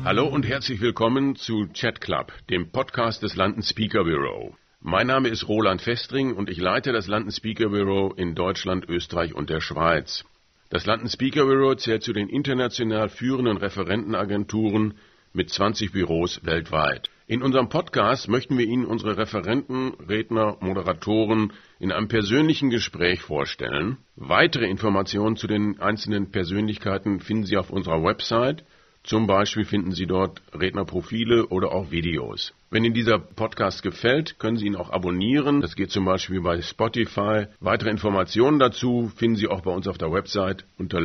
Hallo und herzlich willkommen zu Chat Club, dem Podcast des London Speaker Bureau. Mein Name ist Roland Festring und ich leite das London Speaker Bureau in Deutschland, Österreich und der Schweiz. Das London Speaker Bureau zählt zu den international führenden Referentenagenturen mit 20 Büros weltweit. In unserem Podcast möchten wir Ihnen unsere Referenten, Redner, Moderatoren in einem persönlichen Gespräch vorstellen. Weitere Informationen zu den einzelnen Persönlichkeiten finden Sie auf unserer Website. Zum Beispiel finden Sie dort Rednerprofile oder auch Videos. Wenn Ihnen dieser Podcast gefällt, können Sie ihn auch abonnieren. Das geht zum Beispiel bei Spotify. Weitere Informationen dazu finden Sie auch bei uns auf der Website unter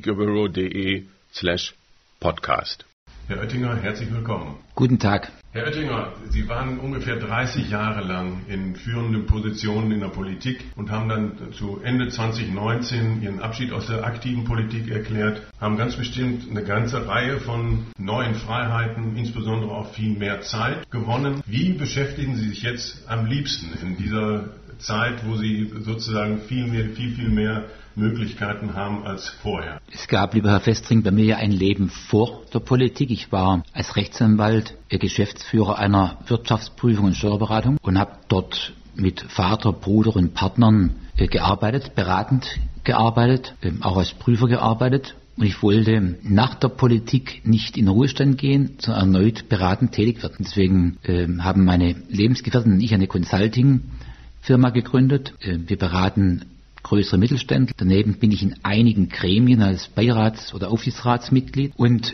londonspeakerbureau.de/podcast. Herr Oettinger, herzlich willkommen. Guten Tag. Herr Oettinger, Sie waren ungefähr 30 Jahre lang in führenden Positionen in der Politik und haben dann zu Ende 2019 Ihren Abschied aus der aktiven Politik erklärt, haben ganz bestimmt eine ganze Reihe von neuen Freiheiten, insbesondere auch viel mehr Zeit gewonnen. Wie beschäftigen Sie sich jetzt am liebsten in dieser Zeit, wo Sie sozusagen viel mehr Möglichkeiten haben als vorher? Es gab, lieber Herr Festring, bei mir ja ein Leben vor der Politik. Ich war als Rechtsanwalt Geschäftsführer einer Wirtschaftsprüfung und Steuerberatung und habe dort mit Vater, Bruder und Partnern gearbeitet, beratend gearbeitet, auch als Prüfer gearbeitet. Und ich wollte nach der Politik nicht in Ruhestand gehen, sondern erneut beratend tätig werden. Deswegen haben meine Lebensgefährten und ich eine Consulting-Firma gegründet. Wir beraten größere Mittelständler. Daneben bin ich in einigen Gremien als Beirats- oder Aufsichtsratsmitglied und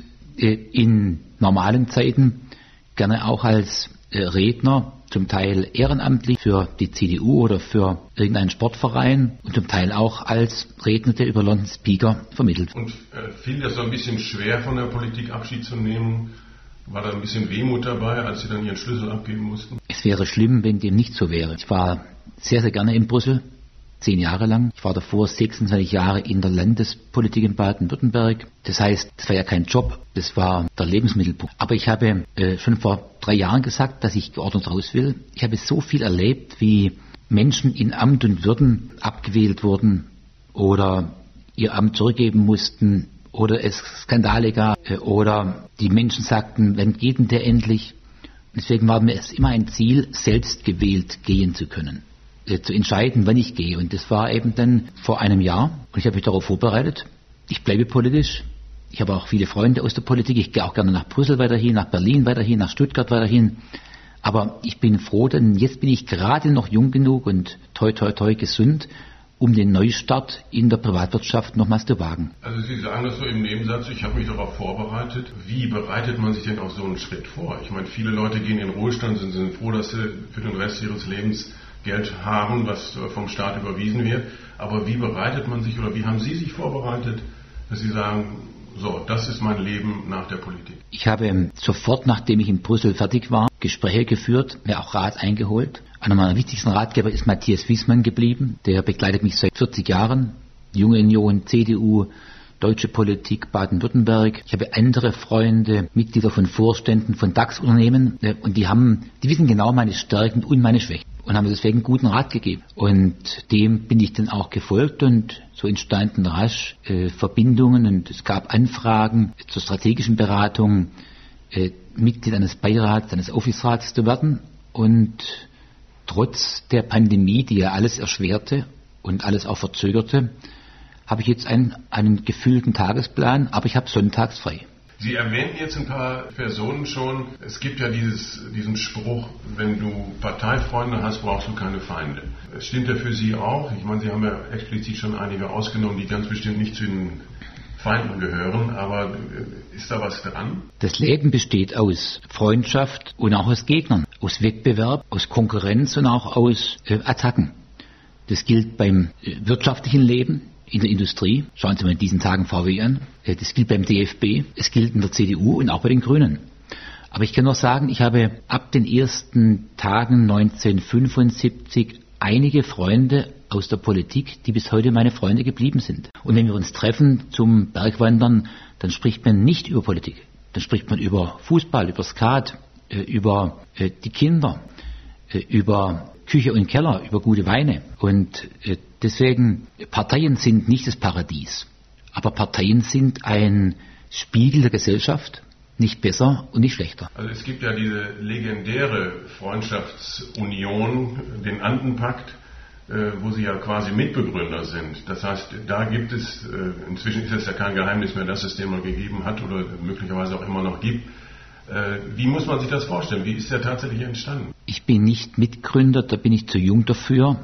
in normalen Zeiten gerne auch als Redner, zum Teil ehrenamtlich für die CDU oder für irgendeinen Sportverein und zum Teil auch als Redner, der über London Speaker vermittelt. Und fiel das so ein bisschen schwer, von der Politik Abschied zu nehmen? War da ein bisschen Wehmut dabei, als Sie dann Ihren Schlüssel abgeben mussten? Es wäre schlimm, wenn dem nicht so wäre. Ich war sehr, sehr gerne in Brüssel. 10 Jahre lang. Ich war davor 26 Jahre in der Landespolitik in Baden-Württemberg. Das heißt, das war ja kein Job, das war der Lebensmittelpunkt. Aber ich habe schon vor 3 Jahren gesagt, dass ich geordnet raus will. Ich habe so viel erlebt, wie Menschen in Amt und Würden abgewählt wurden oder ihr Amt zurückgeben mussten oder es Skandale gab oder die Menschen sagten, wann geht denn der endlich? Und deswegen war mir es immer ein Ziel, selbst gewählt gehen zu können. Zu entscheiden, wann ich gehe. Und das war eben dann vor einem Jahr. Und ich habe mich darauf vorbereitet. Ich bleibe politisch. Ich habe auch viele Freunde aus der Politik. Ich gehe auch gerne nach Brüssel weiterhin, nach Berlin weiterhin, nach Stuttgart weiterhin. Aber ich bin froh, denn jetzt bin ich gerade noch jung genug und toi toi toi gesund, um den Neustart in der Privatwirtschaft nochmals zu wagen. Also Sie sagen das so im Nebensatz, ich habe mich darauf vorbereitet. Wie bereitet man sich denn auf so einen Schritt vor? Ich meine, viele Leute gehen in Ruhestand und sind froh, dass sie für den Rest ihres Lebens Geld haben, was vom Staat überwiesen wird. Aber wie bereitet man sich oder wie haben Sie sich vorbereitet, dass Sie sagen, so, das ist mein Leben nach der Politik? Ich habe sofort, nachdem ich in Brüssel fertig war, Gespräche geführt, mir auch Rat eingeholt. Einer meiner wichtigsten Ratgeber ist Matthias Wiesmann geblieben. Der begleitet mich seit 40 Jahren. Junge Union, CDU, deutsche Politik, Baden-Württemberg. Ich habe andere Freunde, Mitglieder von Vorständen, von DAX-Unternehmen und die wissen genau meine Stärken und meine Schwächen und haben deswegen guten Rat gegeben. Und dem bin ich dann auch gefolgt und so entstanden rasch Verbindungen und es gab Anfragen zur strategischen Beratung, Mitglied eines Beirats, eines Aufsichtsrats zu werden. Und trotz der Pandemie, die ja alles erschwerte und alles auch verzögerte, habe ich jetzt einen gefüllten Tagesplan, aber ich habe sonntags frei. Sie erwähnen jetzt ein paar Personen schon. Es gibt ja diesen Spruch, wenn du Parteifreunde hast, brauchst du keine Feinde. Es stimmt ja für Sie auch. Ich meine, Sie haben ja explizit schon einige ausgenommen, die ganz bestimmt nicht zu den Feinden gehören. Aber ist da was dran? Das Leben besteht aus Freundschaft und auch aus Gegnern, aus Wettbewerb, aus Konkurrenz und auch aus Attacken. Das gilt beim wirtschaftlichen Leben, in der Industrie. Schauen Sie mal in diesen Tagen VW an. Das gilt beim DFB, es gilt in der CDU und auch bei den Grünen. Aber ich kann noch sagen, ich habe ab den ersten Tagen 1975 einige Freunde aus der Politik, die bis heute meine Freunde geblieben sind. Und wenn wir uns treffen zum Bergwandern, dann spricht man nicht über Politik. Dann spricht man über Fußball, über Skat, über die Kinder, über Küche und Keller, über gute Weine. Und deswegen, Parteien sind nicht das Paradies, aber Parteien sind ein Spiegel der Gesellschaft Nicht besser und nicht schlechter. Also es gibt ja diese legendäre Freundschaftsunion, den Andenpakt, wo Sie ja quasi Mitbegründer sind. Das heißt, da gibt es, inzwischen ist es ja kein Geheimnis mehr, dass es den mal gegeben hat oder möglicherweise auch immer noch gibt. Wie muss man sich das vorstellen? Wie ist der tatsächlich entstanden? Ich bin nicht Mitgründer, da bin ich zu jung dafür.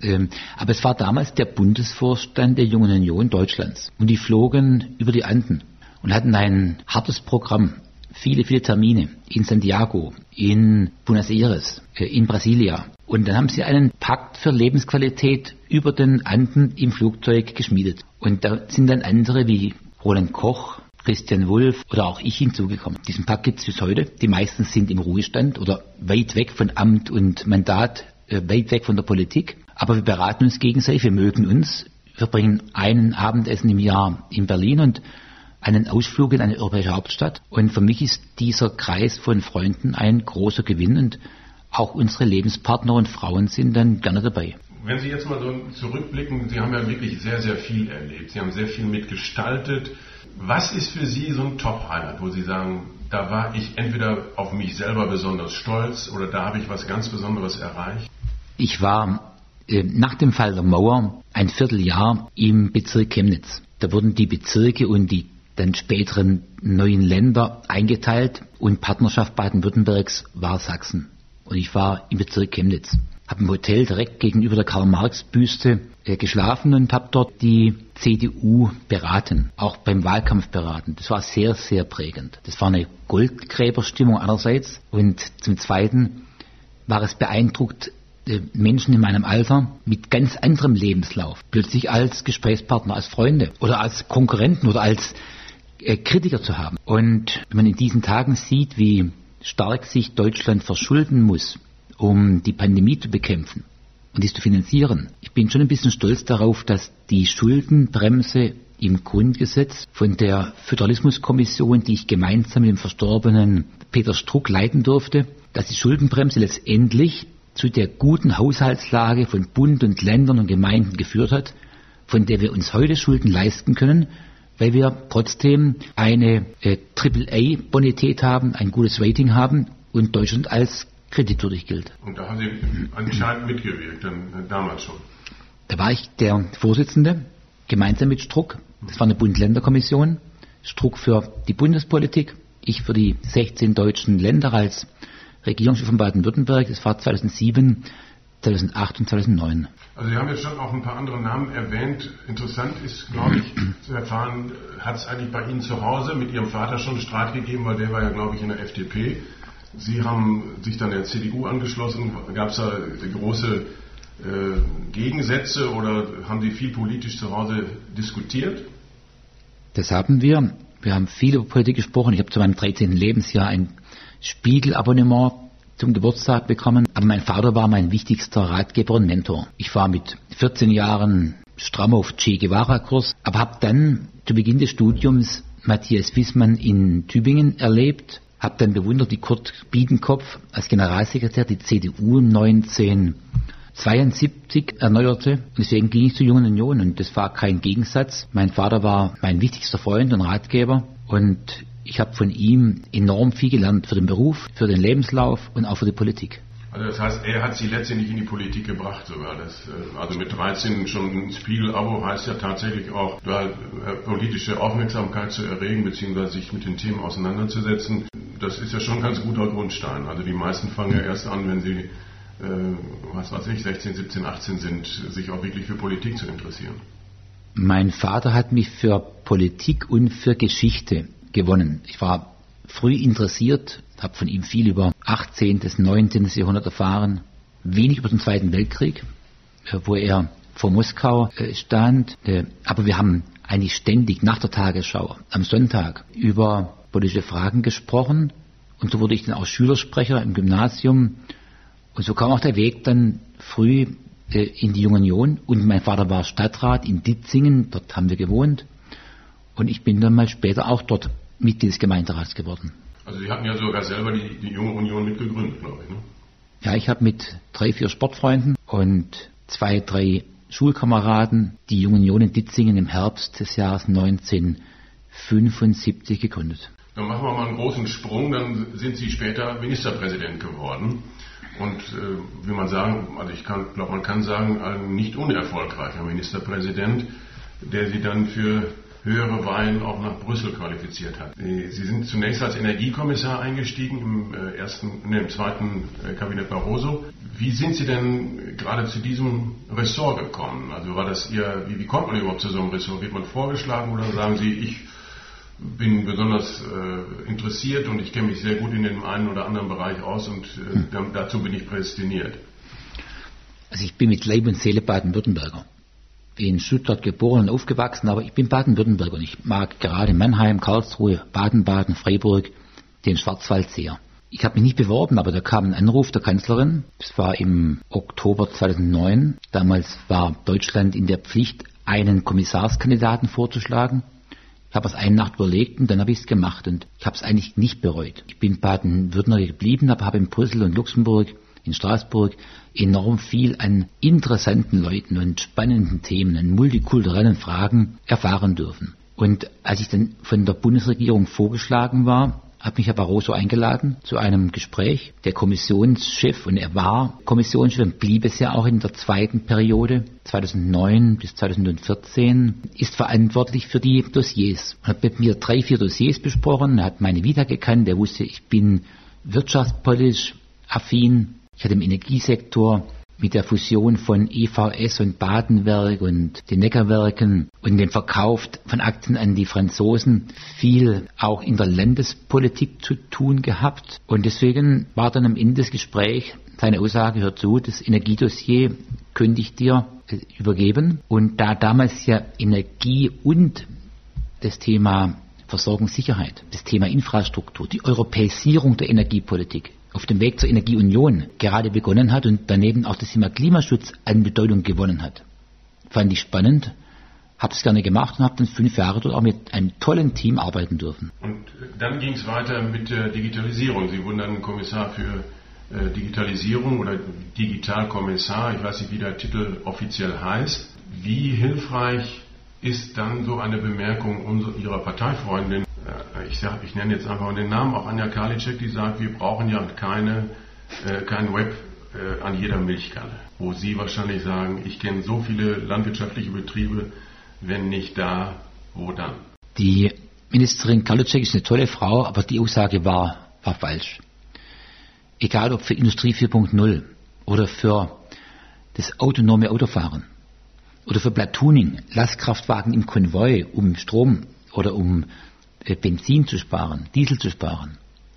Aber es war damals der Bundesvorstand der Jungen Union Deutschlands. Und die flogen über die Anden und hatten ein hartes Programm. Viele Termine in Santiago, in Buenos Aires, in Brasilia. Und dann haben sie einen Pakt für Lebensqualität über den Anden im Flugzeug geschmiedet. Und da sind dann andere wie Roland Koch, Christian Wulff oder auch ich hinzugekommen. Diesen Pakt gibt es bis heute. Die meisten sind im Ruhestand oder weit weg von Amt und Mandat, weit weg von der Politik. Aber wir beraten uns gegenseitig, wir mögen uns. Wir bringen einen Abendessen im Jahr in Berlin und einen Ausflug in eine europäische Hauptstadt. Und für mich ist dieser Kreis von Freunden ein großer Gewinn und auch unsere Lebenspartner und Frauen sind dann gerne dabei. Wenn Sie jetzt mal so zurückblicken, Sie haben ja wirklich sehr, sehr viel erlebt. Sie haben sehr viel mitgestaltet. Was ist für Sie so ein Top-Highlight, wo Sie sagen, da war ich entweder auf mich selber besonders stolz oder da habe ich was ganz Besonderes erreicht? Ich war nach dem Fall der Mauer ein Vierteljahr im Bezirk Chemnitz. Da wurden die Bezirke und die dann späteren neuen Länder eingeteilt und Partnerschaft Baden-Württembergs war Sachsen. Und ich war im Bezirk Chemnitz. Habe im Hotel direkt gegenüber der Karl-Marx-Büste geschlafen und habe dort die CDU beraten, auch beim Wahlkampf beraten. Das war sehr, sehr prägend. Das war eine Goldgräberstimmung einerseits und zum Zweiten war es beeindruckt, Menschen in meinem Alter mit ganz anderem Lebenslauf plötzlich als Gesprächspartner, als Freunde oder als Konkurrenten oder als Kritiker zu haben. Und wenn man in diesen Tagen sieht, wie stark sich Deutschland verschulden muss, um die Pandemie zu bekämpfen und dies zu finanzieren. Ich bin schon ein bisschen stolz darauf, dass die Schuldenbremse im Grundgesetz von der Föderalismuskommission, die ich gemeinsam mit dem verstorbenen Peter Struck leiten durfte, dass die Schuldenbremse letztendlich zu der guten Haushaltslage von Bund und Ländern und Gemeinden geführt hat, von der wir uns heute Schulden leisten können, weil wir trotzdem eine AAA-Bonität haben, ein gutes Rating haben und Deutschland als kreditwürdig gilt. Und da haben Sie anscheinend mitgewirkt, dann damals schon. Da war ich der Vorsitzende, gemeinsam mit Struck. Das war eine Bund-Länder-Kommission. Struck für die Bundespolitik, ich für die 16 deutschen Länder als Regierungschef von Baden-Württemberg. Das war 2007, 2008 und 2009. Also Sie haben jetzt schon auch ein paar andere Namen erwähnt. Interessant ist, glaube ich, zu erfahren, hat es eigentlich bei Ihnen zu Hause mit Ihrem Vater schon einen Streit gegeben, weil der war ja, glaube ich, in der FDP. Sie haben sich dann der CDU angeschlossen. Gab es da große Gegensätze oder haben Sie viel politisch zu Hause diskutiert? Das haben wir. Wir haben viel über Politik gesprochen. Ich habe zu meinem 13. Lebensjahr ein Spiegel-Abonnement zum Geburtstag bekommen. Aber mein Vater war mein wichtigster Ratgeber und Mentor. Ich war mit 14 Jahren stramm auf Che Guevara-Kurs, aber habe dann zu Beginn des Studiums Matthias Wissmann in Tübingen erlebt. Habe dann bewundert, wie Kurt Biedenkopf als Generalsekretär die CDU 1972 erneuerte. Und deswegen ging ich zur Jungen Union und das war kein Gegensatz. Mein Vater war mein wichtigster Freund und Ratgeber und ich habe von ihm enorm viel gelernt für den Beruf, für den Lebenslauf und auch für die Politik. Also das heißt, er hat Sie letztendlich in die Politik gebracht sogar. Also mit 13 schon ein Spiegel-Abo heißt ja tatsächlich auch, politische Aufmerksamkeit zu erregen bzw. sich mit den Themen auseinanderzusetzen. Das ist ja schon ein ganz guter Grundstein. Also die meisten fangen ja erst an, wenn sie, 16, 17, 18 sind, sich auch wirklich für Politik zu interessieren. Mein Vater hat mich für Politik und für Geschichte gewonnen. Ich war früh interessiert, habe von ihm viel über 18. bis 19. Jahrhundert erfahren, wenig über den Zweiten Weltkrieg, wo er vor Moskau stand, aber wir haben eigentlich ständig nach der Tagesschau am Sonntag über politische Fragen gesprochen und so wurde ich dann auch Schülersprecher im Gymnasium und so kam auch der Weg dann früh in die Jungen Union und mein Vater war Stadtrat in Ditzingen, dort haben wir gewohnt und ich bin dann mal später auch dort Mitglied des Gemeinderats geworden. Also Sie hatten ja sogar selber die Junge Union mitgegründet, glaube ich, ne? Ja, ich habe mit 3, 4 Sportfreunden und 2, 3 Schulkameraden die Junge Union in Ditzingen im Herbst des Jahres 1975 gegründet. Dann machen wir mal einen großen Sprung, dann sind Sie später Ministerpräsident geworden. Und wie man sagen, also ich glaube, man kann sagen, ein nicht unerfolgreicher Ministerpräsident, der Sie dann für höhere Weihen auch nach Brüssel qualifiziert hat. Sie sind zunächst als Energiekommissar eingestiegen im zweiten Kabinett Barroso. Wie sind Sie denn gerade zu diesem Ressort gekommen? Also war das wie kommt man überhaupt zu so einem Ressort? Wird man vorgeschlagen oder sagen Sie, ich bin besonders interessiert und ich kenne mich sehr gut in dem einen oder anderen Bereich aus und dazu bin ich prädestiniert? Also ich bin mit Leib und Seele Baden-Württemberger. In Stuttgart geboren und aufgewachsen, aber ich bin Baden-Württemberger und ich mag gerade Mannheim, Karlsruhe, Baden-Baden, Freiburg, den Schwarzwald sehr. Ich habe mich nicht beworben, aber da kam ein Anruf der Kanzlerin. Es war im Oktober 2009. Damals war Deutschland in der Pflicht, einen Kommissarskandidaten vorzuschlagen. Ich habe es eine Nacht überlegt und dann habe ich es gemacht und ich habe es eigentlich nicht bereut. Ich bin Baden-Württemberger geblieben, aber habe in Brüssel und Luxemburg, in Straßburg enorm viel an interessanten Leuten und spannenden Themen, an multikulturellen Fragen erfahren dürfen. Und als ich dann von der Bundesregierung vorgeschlagen war, hat mich Herr Barroso eingeladen zu einem Gespräch. Der Kommissionschef, und er war Kommissionschef und blieb es ja auch in der zweiten Periode, 2009 bis 2014, ist verantwortlich für die Dossiers. Er hat mit mir 3-4 Dossiers besprochen, er hat meine Vita gekannt, er wusste, ich bin wirtschaftspolitisch affin. Ich hatte im Energiesektor mit der Fusion von EVS und Badenwerk und den Neckarwerken und dem Verkauf von Aktien an die Franzosen viel auch in der Landespolitik zu tun gehabt. Und deswegen war dann am Ende des Gesprächs seine Aussage, hör zu, das Energiedossier könnte ich dir übergeben. Und da damals ja Energie und das Thema Versorgungssicherheit, das Thema Infrastruktur, die Europäisierung der Energiepolitik auf dem Weg zur Energieunion gerade begonnen hat und daneben auch das Thema Klimaschutz an Bedeutung gewonnen hat. Fand ich spannend, habe es gerne gemacht und habe dann 5 Jahre dort auch mit einem tollen Team arbeiten dürfen. Und dann ging es weiter mit der Digitalisierung. Sie wurden dann Kommissar für Digitalisierung oder Digitalkommissar, ich weiß nicht, wie der Titel offiziell heißt. Wie hilfreich ist dann so eine Bemerkung Ihrer Parteifreundin? Ich nenne jetzt einfach den Namen, auch Anja Karliczek, die sagt, wir brauchen ja kein Web an jeder Milchkanne. Wo Sie wahrscheinlich sagen, ich kenne so viele landwirtschaftliche Betriebe, wenn nicht da, wo dann? Die Ministerin Karliczek ist eine tolle Frau, aber die Aussage war falsch. Egal ob für Industrie 4.0 oder für das autonome Autofahren oder für Platooning, Lastkraftwagen im Konvoi, um Strom oder um Benzin zu sparen, Diesel zu sparen.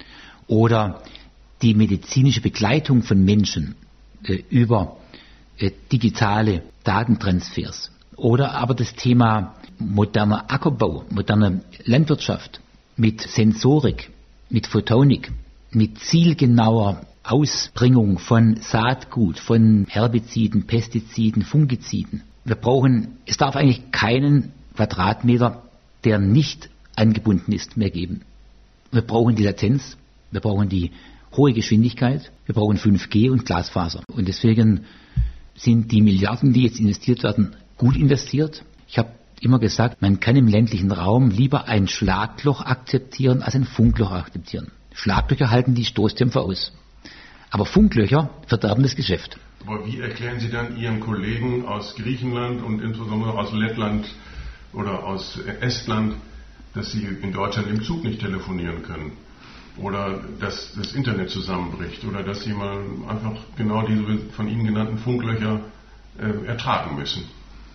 Oder die medizinische Begleitung von Menschen über digitale Datentransfers. Oder aber das Thema moderner Ackerbau, moderne Landwirtschaft mit Sensorik, mit Photonik, mit zielgenauer Ausbringung von Saatgut, von Herbiziden, Pestiziden, Fungiziden. Es darf eigentlich keinen Quadratmeter, der nicht angebunden ist, mehr geben. Wir brauchen die Latenz, wir brauchen die hohe Geschwindigkeit, wir brauchen 5G und Glasfaser. Und deswegen sind die Milliarden, die jetzt investiert werden, gut investiert. Ich habe immer gesagt, man kann im ländlichen Raum lieber ein Schlagloch akzeptieren, als ein Funkloch akzeptieren. Schlaglöcher halten die Stoßdämpfer aus. Aber Funklöcher verderben das Geschäft. Aber wie erklären Sie dann Ihren Kollegen aus Griechenland und insbesondere aus Lettland oder aus Estland, dass sie in Deutschland im Zug nicht telefonieren können oder dass das Internet zusammenbricht oder dass sie mal einfach genau diese von Ihnen genannten Funklöcher ertragen müssen?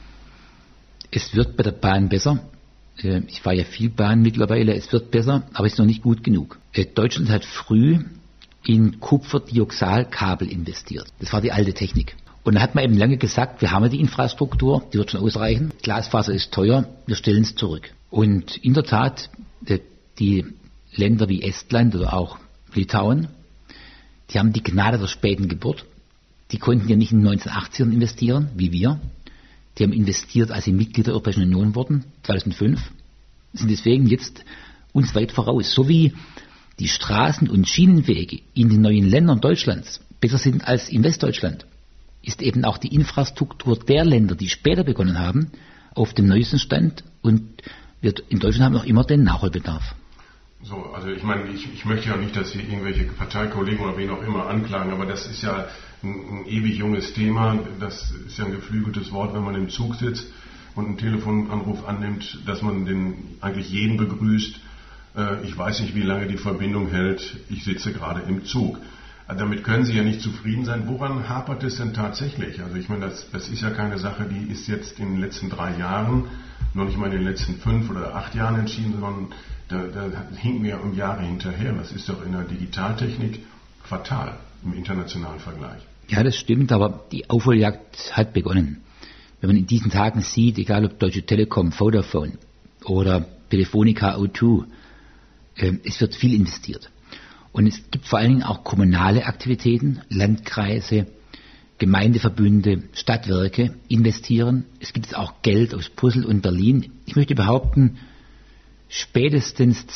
Es wird bei der Bahn besser. Ich fahre ja viel Bahn mittlerweile. Es wird besser, aber es ist noch nicht gut genug. Deutschland hat früh in Kupferdioxalkabel investiert. Das war die alte Technik. Und da hat man eben lange gesagt, wir haben ja die Infrastruktur, die wird schon ausreichen. Glasfaser ist teuer, wir stellen es zurück. Und in der Tat, die Länder wie Estland oder auch Litauen, die haben die Gnade der späten Geburt. Die konnten ja nicht in den 1980ern investieren, wie wir. Die haben investiert, als sie Mitglied der Europäischen Union wurden, 2005. Sind deswegen jetzt uns weit voraus. So wie die Straßen- und Schienenwege in den neuen Ländern Deutschlands besser sind als in Westdeutschland, ist eben auch die Infrastruktur der Länder, die später begonnen haben, auf dem neuesten Stand und in Deutschland haben wir noch immer den Nachholbedarf. So, also ich meine, ich möchte ja nicht, dass Sie irgendwelche Parteikollegen oder wen auch immer anklagen, aber das ist ja ein ewig junges Thema. Das ist ja ein geflügeltes Wort, wenn man im Zug sitzt und einen Telefonanruf annimmt, dass man eigentlich jeden begrüßt. Ich weiß nicht, wie lange die Verbindung hält. Ich sitze gerade im Zug. Also damit können Sie ja nicht zufrieden sein. Woran hapert es denn tatsächlich? Also ich meine, das ist ja keine Sache, die ist jetzt in den letzten 3 Jahren, noch nicht mal in den letzten 5 oder 8 Jahren entschieden, sondern da hinken wir um Jahre hinterher. Das ist doch in der Digitaltechnik fatal im internationalen Vergleich. Ja, das stimmt, aber die Aufholjagd hat begonnen. Wenn man in diesen Tagen sieht, egal ob Deutsche Telekom, Vodafone oder Telefonica O2, es wird viel investiert. Und es gibt vor allen Dingen auch kommunale Aktivitäten, Landkreise, Gemeindeverbünde, Stadtwerke investieren. Es gibt auch Geld aus Brüssel und Berlin. Ich möchte behaupten, spätestens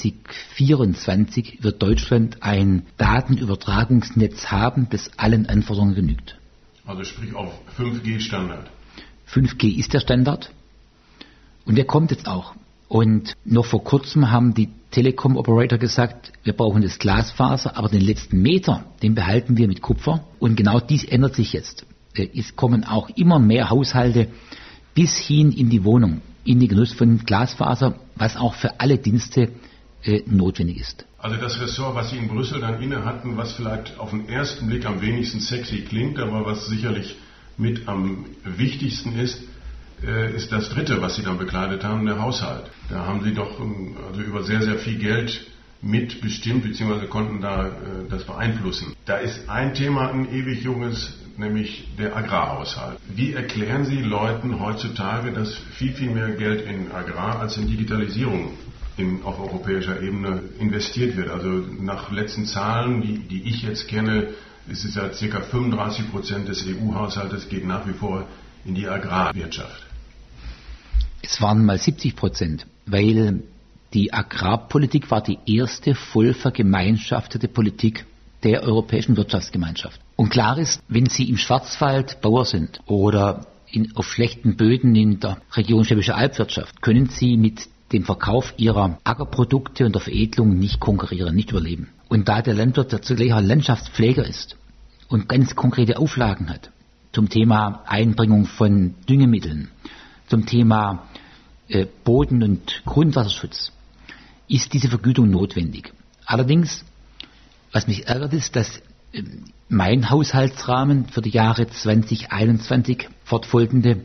2024 wird Deutschland ein Datenübertragungsnetz haben, das allen Anforderungen genügt. Also sprich auf 5G-Standard. 5G ist der Standard und der kommt jetzt auch. Und noch vor kurzem haben die Telekom-Operator gesagt, wir brauchen das Glasfaser, aber den letzten Meter, den behalten wir mit Kupfer. Und genau dies ändert sich jetzt. Es kommen auch immer mehr Haushalte bis hin in die Wohnung, in den Genuss von Glasfaser, was auch für alle Dienste notwendig ist. Also das Ressort, was Sie in Brüssel dann inne hatten, was vielleicht auf den ersten Blick am wenigsten sexy klingt, aber was sicherlich mit am wichtigsten ist das dritte, was Sie dann bekleidet haben, der Haushalt. Da haben Sie doch also über sehr, sehr viel Geld mitbestimmt, beziehungsweise konnten da das beeinflussen. Da ist ein Thema ein ewig junges, nämlich der Agrarhaushalt. Wie erklären Sie Leuten heutzutage, dass viel, viel mehr Geld in Agrar als in Digitalisierung auf europäischer Ebene investiert wird? Also nach letzten Zahlen, die ich jetzt kenne, ist es ja ca. 35% des EU-Haushaltes geht nach wie vor in die Agrarwirtschaft. Es waren mal 70%, weil die Agrarpolitik war die erste voll vergemeinschaftete Politik der Europäischen Wirtschaftsgemeinschaft. Und klar ist, wenn Sie im Schwarzwald Bauer sind oder auf schlechten Böden in der Region Schwäbische Albwirtschaft, können Sie mit dem Verkauf Ihrer Ackerprodukte und der Veredelung nicht konkurrieren, nicht überleben. Und da der Landwirt der zugleich auch Landschaftspfleger ist und ganz konkrete Auflagen hat, zum Thema Einbringung von Düngemitteln, zum Thema Boden- und Grundwasserschutz, ist diese Vergütung notwendig. Allerdings, was mich ärgert, ist, dass mein Haushaltsrahmen für die Jahre 2021 fortfolgende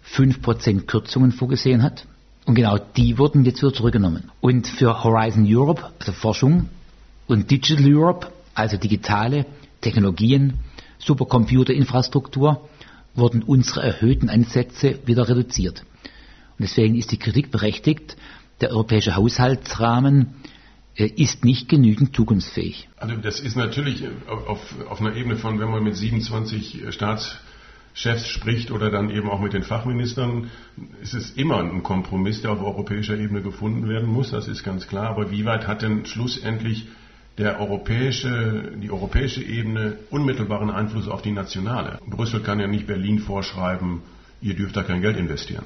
5% Kürzungen vorgesehen hat. Und genau die wurden jetzt wieder zurückgenommen. Und für Horizon Europe, also Forschung, und Digital Europe, also digitale Technologien, Supercomputerinfrastruktur, wurden unsere erhöhten Ansätze wieder reduziert. Und deswegen ist die Kritik berechtigt, der europäische Haushaltsrahmen ist nicht genügend zukunftsfähig. Also das ist natürlich auf einer Ebene von, wenn man mit 27 Staatschefs spricht oder dann eben auch mit den Fachministern, ist es immer ein Kompromiss, der auf europäischer Ebene gefunden werden muss, das ist ganz klar. Aber wie weit hat denn schlussendlich die europäische Ebene unmittelbaren Einfluss auf die nationale? Brüssel kann ja nicht Berlin vorschreiben, ihr dürft da kein Geld investieren.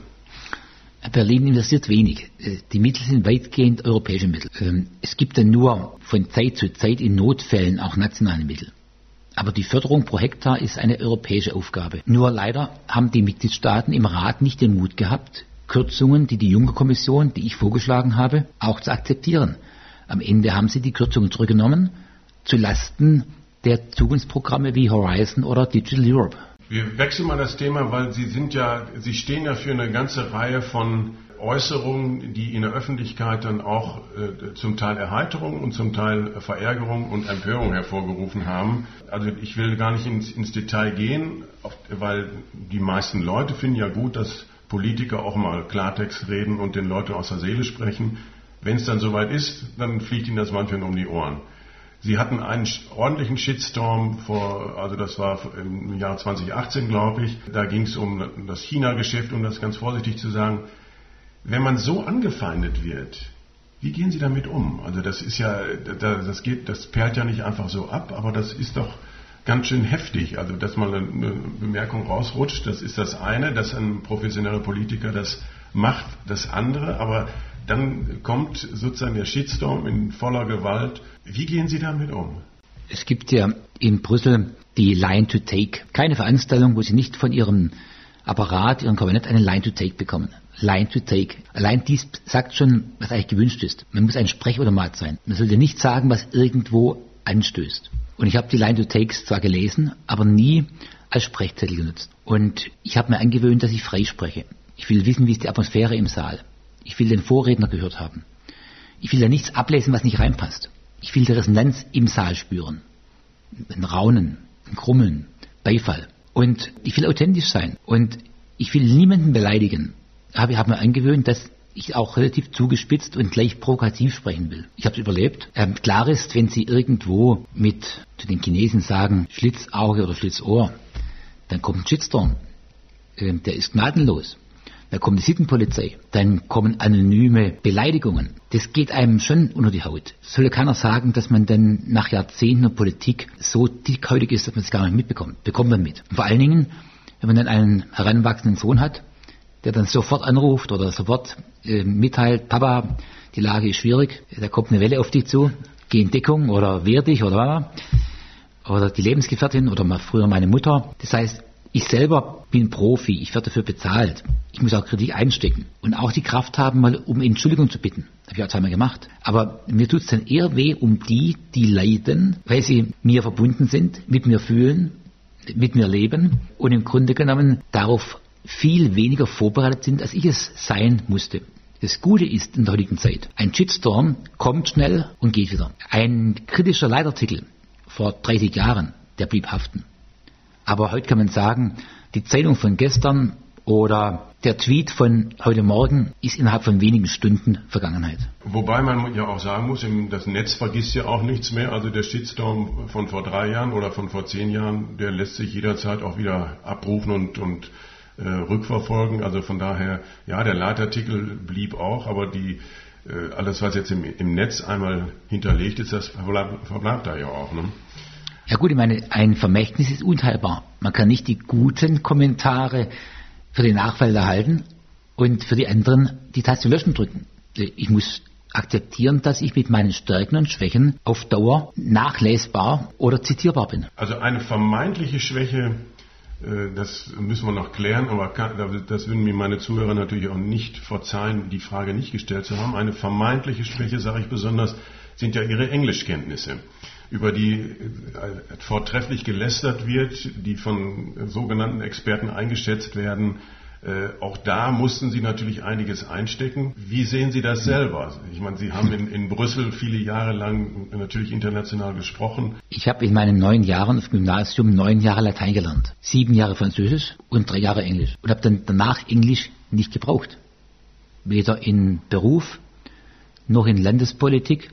Berlin investiert wenig. Die Mittel sind weitgehend europäische Mittel. Es gibt dann nur von Zeit zu Zeit in Notfällen auch nationale Mittel. Aber die Förderung pro Hektar ist eine europäische Aufgabe. Nur leider haben die Mitgliedstaaten im Rat nicht den Mut gehabt, Kürzungen, die Juncker-Kommission, die ich vorgeschlagen habe, auch zu akzeptieren. Am Ende haben sie die Kürzungen zurückgenommen, zu Lasten der Zukunftsprogramme wie Horizon oder Digital Europe. Wir wechseln mal das Thema, weil Sie stehen ja für eine ganze Reihe von Äußerungen, die in der Öffentlichkeit dann auch zum Teil Erheiterung und zum Teil Verärgerung und Empörung hervorgerufen haben. Also ich will gar nicht ins Detail gehen, weil die meisten Leute finden ja gut, dass Politiker auch mal Klartext reden und den Leuten aus der Seele sprechen. Wenn es dann soweit ist, dann fliegt ihnen das manchmal um die Ohren. Sie hatten einen ordentlichen Shitstorm das war im Jahr 2018, glaube ich. Da ging es um das China-Geschäft, um das ganz vorsichtig zu sagen. Wenn man so angefeindet wird, wie gehen Sie damit um? Also das ist ja, das perlt ja nicht einfach so ab, aber das ist doch ganz schön heftig. Also dass mal eine Bemerkung rausrutscht, das ist das eine, dass ein professioneller Politiker das macht, das andere. Aber Dann kommt sozusagen der Shitstorm in voller Gewalt. Wie gehen Sie damit um? Es gibt ja in Brüssel die Line to Take. Keine Veranstaltung, wo Sie nicht von Ihrem Apparat, Ihrem Kabinett eine Line to Take bekommen. Line to Take. Allein dies sagt schon, was eigentlich gewünscht ist. Man muss ein Sprechautomat sein. Man sollte nicht sagen, was irgendwo anstößt. Und ich habe die Line to Takes zwar gelesen, aber nie als Sprechzettel genutzt. Und ich habe mir angewöhnt, dass ich frei spreche. Ich will wissen, wie ist die Atmosphäre im Saal. Ich will den Vorredner gehört haben. Ich will da nichts ablesen, was nicht reinpasst. Ich will die Resonanz im Saal spüren. Ein Raunen, ein Krummeln, Beifall. Und ich will authentisch sein. Und ich will niemanden beleidigen. Ich habe mir angewöhnt, dass ich auch relativ zugespitzt und gleich provokativ sprechen will. Ich habe es überlebt. Klar ist, wenn Sie irgendwo zu den Chinesen sagen, Schlitzauge oder Schlitzohr, dann kommt ein Shitstorm. Der ist gnadenlos. Dann kommt die Sittenpolizei. Dann kommen anonyme Beleidigungen. Das geht einem schon unter die Haut. Es soll ja keiner sagen, dass man dann nach Jahrzehnten der Politik so dickhäutig ist, dass man es gar nicht mitbekommt. Bekommt man mit. Und vor allen Dingen, wenn man dann einen heranwachsenden Sohn hat, der dann sofort anruft oder sofort mitteilt, Papa, die Lage ist schwierig, da kommt eine Welle auf dich zu, geh in Deckung oder wehr dich oder die Lebensgefährtin oder früher meine Mutter. Das heißt, ich selber bin Profi, ich werde dafür bezahlt. Ich muss auch Kritik einstecken und auch die Kraft haben, mal um Entschuldigung zu bitten. Habe ich auch zweimal gemacht. Aber mir tut es dann eher weh um die leiden, weil sie mir verbunden sind, mit mir fühlen, mit mir leben und im Grunde genommen darauf viel weniger vorbereitet sind, als ich es sein musste. Das Gute ist in der heutigen Zeit, ein Shitstorm kommt schnell und geht wieder. Ein kritischer Leitartikel vor 30 Jahren, der blieb haften. Aber heute kann man sagen, die Zeitung von gestern oder der Tweet von heute Morgen ist innerhalb von wenigen Stunden Vergangenheit. Wobei man ja auch sagen muss, das Netz vergisst ja auch nichts mehr. Also der Shitstorm von vor 3 Jahren oder von vor 10 Jahren, der lässt sich jederzeit auch wieder abrufen und rückverfolgen. Also von daher, ja, der Leitartikel blieb auch, aber alles, was jetzt im Netz einmal hinterlegt ist, das verbleibt da ja auch. Ne? Ja gut, ich meine, ein Vermächtnis ist unteilbar. Man kann nicht die guten Kommentare für den Nachwelt erhalten und für die anderen die Taste löschen drücken. Ich muss akzeptieren, dass ich mit meinen Stärken und Schwächen auf Dauer nachlesbar oder zitierbar bin. Also eine vermeintliche Schwäche, das müssen wir noch klären, aber das würden mir meine Zuhörer natürlich auch nicht verzeihen, die Frage nicht gestellt zu haben. Eine vermeintliche Schwäche, sage ich besonders, sind ja Ihre Englischkenntnisse, über die vortrefflich gelästert wird, die von sogenannten Experten eingeschätzt werden. Auch da mussten Sie natürlich einiges einstecken. Wie sehen Sie das selber? Ich meine, Sie haben in Brüssel viele Jahre lang natürlich international gesprochen. Ich habe in meinen 9 Jahren auf dem Gymnasium 9 Jahre Latein gelernt, 7 Jahre Französisch und 3 Jahre Englisch und habe dann danach Englisch nicht gebraucht. Weder in Beruf noch in Landespolitik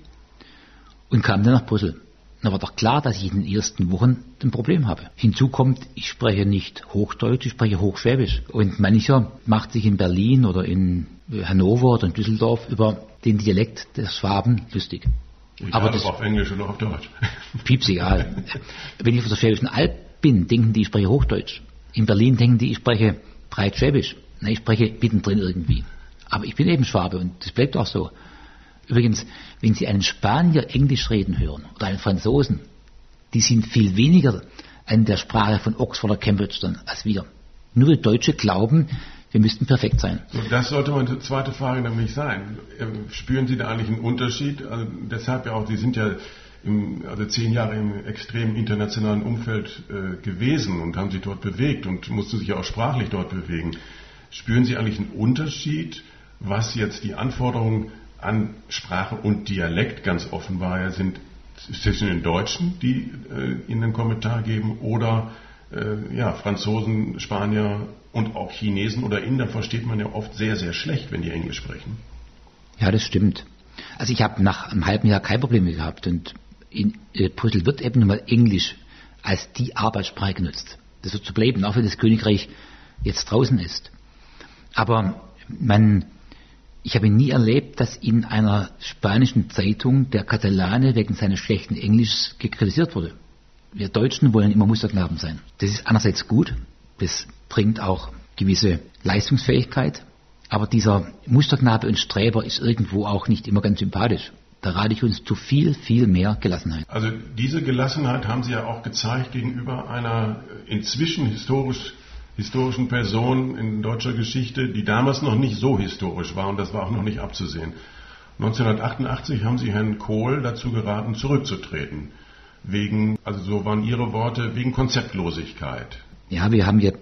und kam dann nach Brüssel. Da war doch klar, dass ich in den ersten Wochen ein Problem habe. Hinzu kommt, ich spreche nicht Hochdeutsch, ich spreche Hochschwäbisch. Und mancher macht sich in Berlin oder in Hannover oder in Düsseldorf über den Dialekt des Schwaben lustig. Aber das auf Englisch oder auf Deutsch? Pieps egal. Wenn ich auf der Schwäbischen Alb bin, denken die, ich spreche Hochdeutsch. In Berlin denken die, ich spreche Breitschwäbisch. Nein, ich spreche mittendrin irgendwie. Aber ich bin eben Schwabe und das bleibt auch so. Übrigens, wenn Sie einen Spanier Englisch reden hören oder einen Franzosen, die sind viel weniger an der Sprache von Oxford oder Cambridge dann als wir. Nur die Deutsche glauben, wir müssten perfekt sein. So, das sollte meine zweite Frage nämlich sein. Spüren Sie da eigentlich einen Unterschied? Also deshalb ja auch, Sie sind ja 10 Jahre im extrem internationalen Umfeld gewesen und haben sich dort bewegt und mussten sich ja auch sprachlich dort bewegen. Spüren Sie eigentlich einen Unterschied, was jetzt die Anforderungen an Sprache und Dialekt ganz offenbar sind zwischen den Deutschen, die Ihnen einen Kommentar geben, oder Franzosen, Spanier und auch Chinesen oder Inder versteht man ja oft sehr, sehr schlecht, wenn die Englisch sprechen. Ja, das stimmt. Also ich habe nach einem halben Jahr kein Problem mehr gehabt und in Brüssel wird eben nun mal Englisch als die Arbeitssprache genutzt. Das wird so bleiben, auch wenn das Königreich jetzt draußen ist. Aber ich habe nie erlebt, dass in einer spanischen Zeitung der Katalane wegen seines schlechten Englischs kritisiert wurde. Wir Deutschen wollen immer Musterknaben sein. Das ist einerseits gut, das bringt auch gewisse Leistungsfähigkeit, Aber dieser Musterknabe und Streber ist irgendwo auch nicht immer ganz sympathisch. Da rate ich uns zu viel, viel mehr Gelassenheit. Also diese Gelassenheit haben Sie ja auch gezeigt gegenüber einer inzwischen historischen Person in deutscher Geschichte, die damals noch nicht so historisch war und das war auch noch nicht abzusehen. 1988 haben Sie Herrn Kohl dazu geraten, zurückzutreten. Also so waren Ihre Worte, wegen Konzeptlosigkeit. Ja, wir haben ja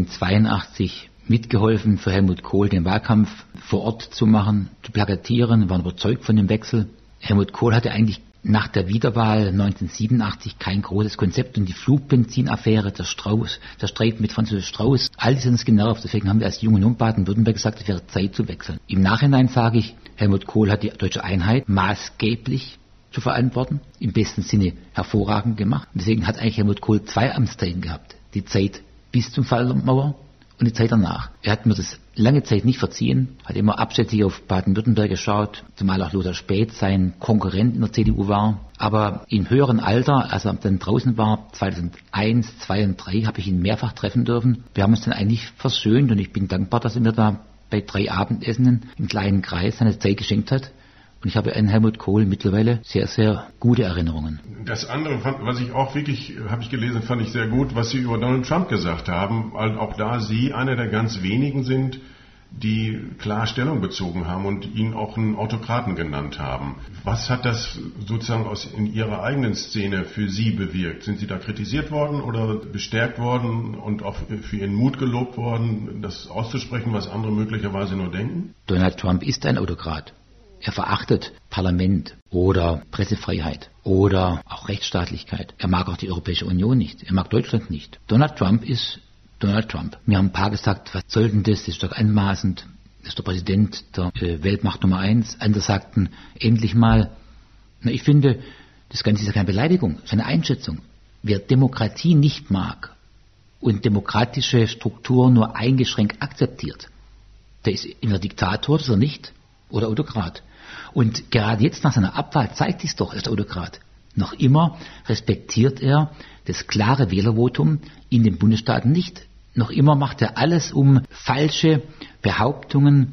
1982 mitgeholfen, für Helmut Kohl den Wahlkampf vor Ort zu machen, zu plakatieren, waren überzeugt von dem Wechsel. Helmut Kohl hatte eigentlich nach der Wiederwahl 1987 kein großes Konzept und die Flugbenzinaffäre, der Streit mit Franz Josef Strauß, all das hat uns genervt. Deswegen haben wir als Jungen um Baden-Württemberg gesagt, es wäre Zeit zu wechseln. Im Nachhinein sage ich, Helmut Kohl hat die deutsche Einheit maßgeblich zu verantworten, im besten Sinne hervorragend gemacht. Und deswegen hat eigentlich Helmut Kohl 2 Amtszeiten gehabt. Die Zeit bis zum Fall der Mauer und die Zeit danach. Er hat mir das lange Zeit nicht verziehen, hat immer abschätzig auf Baden-Württemberg geschaut, zumal auch Lothar Späth sein Konkurrent in der CDU war. Aber im höheren Alter, als er dann draußen war, 2001, 2002 und 2003, habe ich ihn mehrfach treffen dürfen. Wir haben uns dann eigentlich versöhnt und ich bin dankbar, dass er mir da bei 3 Abendessen im kleinen Kreis seine Zeit geschenkt hat. Und ich habe an Helmut Kohl mittlerweile sehr, sehr gute Erinnerungen. Das andere, was ich auch wirklich, habe ich gelesen, fand ich sehr gut, was Sie über Donald Trump gesagt haben, weil auch da Sie einer der ganz wenigen sind, die klar Stellung bezogen haben und ihn auch einen Autokraten genannt haben. Was hat das sozusagen in Ihrer eigenen Szene für Sie bewirkt? Sind Sie da kritisiert worden oder bestärkt worden und auch für Ihren Mut gelobt worden, das auszusprechen, was andere möglicherweise nur denken? Donald Trump ist ein Autokrat. Er verachtet Parlament oder Pressefreiheit oder auch Rechtsstaatlichkeit. Er mag auch die Europäische Union nicht. Er mag Deutschland nicht. Donald Trump ist Donald Trump. Mir haben ein paar gesagt, was soll denn das? Das ist doch anmaßend. Das ist der Präsident der Weltmacht Nummer 1. Andere sagten, endlich mal. Na, ich finde, das Ganze ist ja keine Beleidigung, es ist eine Einschätzung. Wer Demokratie nicht mag und demokratische Strukturen nur eingeschränkt akzeptiert, der ist entweder Diktator, das ist er nicht, oder Autokrat. Und gerade jetzt nach seiner Abwahl zeigt es doch, er ist Autokrat. Noch immer respektiert er das klare Wählervotum in den Bundesstaaten nicht. Noch immer macht er alles, um falsche Behauptungen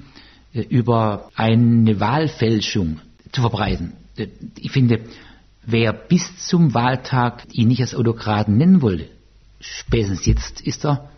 über eine Wahlfälschung zu verbreiten. Ich finde, wer bis zum Wahltag ihn nicht als Autokraten nennen wollte, spätestens jetzt ist er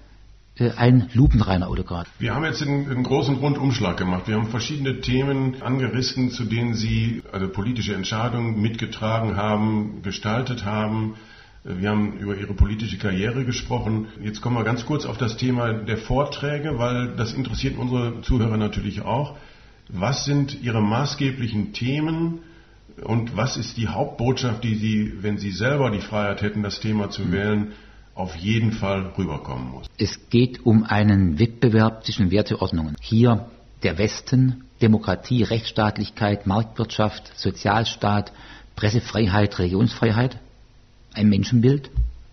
ein lupenreiner Autokrat. Wir haben jetzt einen großen Rundumschlag gemacht. Wir haben verschiedene Themen angerissen, zu denen Sie also politische Entscheidungen mitgetragen haben, gestaltet haben. Wir haben über Ihre politische Karriere gesprochen. Jetzt kommen wir ganz kurz auf das Thema der Vorträge, weil das interessiert unsere Zuhörer natürlich auch. Was sind Ihre maßgeblichen Themen und was ist die Hauptbotschaft, die Sie, wenn Sie selber die Freiheit hätten, das Thema zu wählen, auf jeden Fall rüberkommen muss? Es geht um einen Wettbewerb zwischen Werteordnungen. Hier der Westen, Demokratie, Rechtsstaatlichkeit, Marktwirtschaft, Sozialstaat, Pressefreiheit, Religionsfreiheit, ein Menschenbild.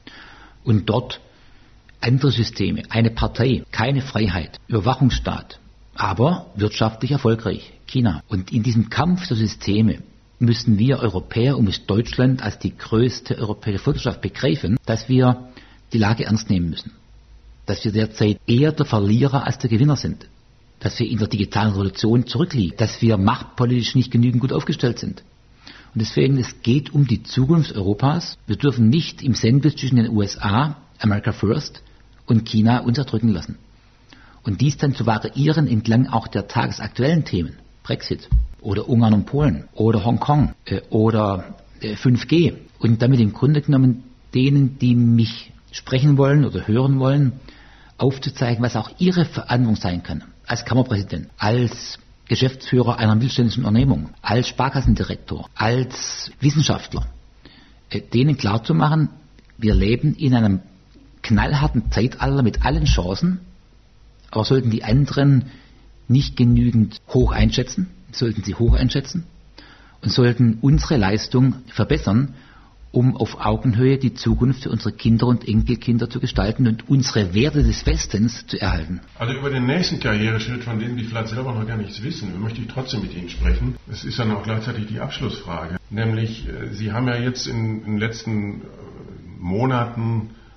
Und dort andere Systeme, eine Partei, keine Freiheit, Überwachungsstaat, aber wirtschaftlich erfolgreich, China. Und in diesem Kampf der Systeme müssen wir Europäer und muss Deutschland als die größte europäische Volkswirtschaft begreifen, dass wir die Lage ernst nehmen müssen. Dass wir derzeit eher der Verlierer als der Gewinner sind. Dass wir in der digitalen Revolution zurückliegen. Dass wir machtpolitisch nicht genügend gut aufgestellt sind. Und deswegen, es geht um die Zukunft Europas. Wir dürfen nicht im Sandwich zwischen den USA, America First, und China uns erdrücken lassen. Und dies dann zu variieren entlang auch der tagesaktuellen Themen. Brexit oder Ungarn und Polen oder Hongkong oder 5G. Und damit im Grunde genommen denen, die mich sprechen wollen oder hören wollen, aufzuzeigen, was auch ihre Verantwortung sein kann. Als Kammerpräsident, als Geschäftsführer einer mittelständischen Unternehmung, als Sparkassendirektor, als Wissenschaftler. Denen klarzumachen, wir leben in einem knallharten Zeitalter mit allen Chancen, aber sollten die anderen nicht genügend hoch einschätzen, sollten sie hoch einschätzen und sollten unsere Leistung verbessern, um auf Augenhöhe die Zukunft für unsere Kinder und Enkelkinder zu gestalten und unsere Werte des Westens zu erhalten. Also über den nächsten Karriereschritt, von dem Sie vielleicht selber noch gar nichts wissen, möchte ich trotzdem mit Ihnen sprechen. Es ist dann auch gleichzeitig die Abschlussfrage. Nämlich, Sie haben ja jetzt in den letzten Monaten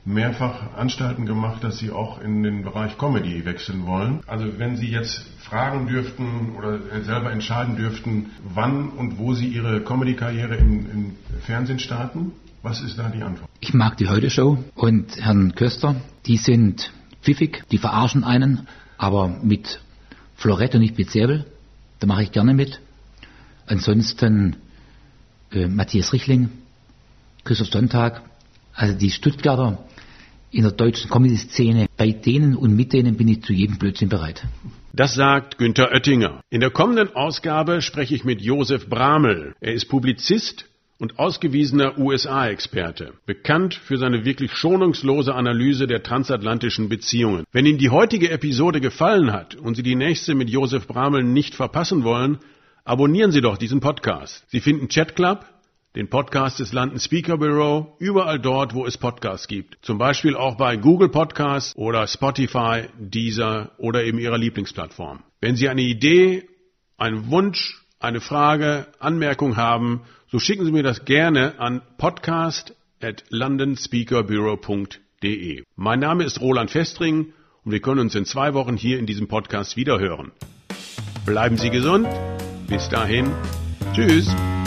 mehrfach Anstalten gemacht, dass Sie auch in den Bereich Comedy wechseln wollen. Also wenn Sie jetzt fragen dürften oder selber entscheiden dürften, wann und wo Sie Ihre Comedy-Karriere im Fernsehen starten, was ist da die Antwort? Ich mag die Heute-Show und Herrn Köster. Die sind pfiffig, die verarschen einen, aber mit Florett und nicht mit Säbel. Da mache ich gerne mit. Ansonsten Matthias Richling, Christoph Sonntag, also die Stuttgarter in der deutschen Comedy-Szene, bei denen und mit denen bin ich zu jedem Blödsinn bereit. Das sagt Günther Oettinger. In der kommenden Ausgabe spreche ich mit Josef Bramel. Er ist Publizist und ausgewiesener USA-Experte, bekannt für seine wirklich schonungslose Analyse der transatlantischen Beziehungen. Wenn Ihnen die heutige Episode gefallen hat und Sie die nächste mit Josef Bramel nicht verpassen wollen, abonnieren Sie doch diesen Podcast. Sie finden Chat Club, den Podcast des London Speaker Bureau, überall dort, wo es Podcasts gibt. Zum Beispiel auch bei Google Podcasts oder Spotify, Deezer oder eben Ihrer Lieblingsplattform. Wenn Sie eine Idee, einen Wunsch, eine Frage, Anmerkung haben, so schicken Sie mir das gerne an podcast@londonspeakerbureau.de. Mein Name ist Roland Festring und wir können uns in 2 Wochen hier in diesem Podcast wiederhören. Bleiben Sie gesund. Bis dahin. Tschüss.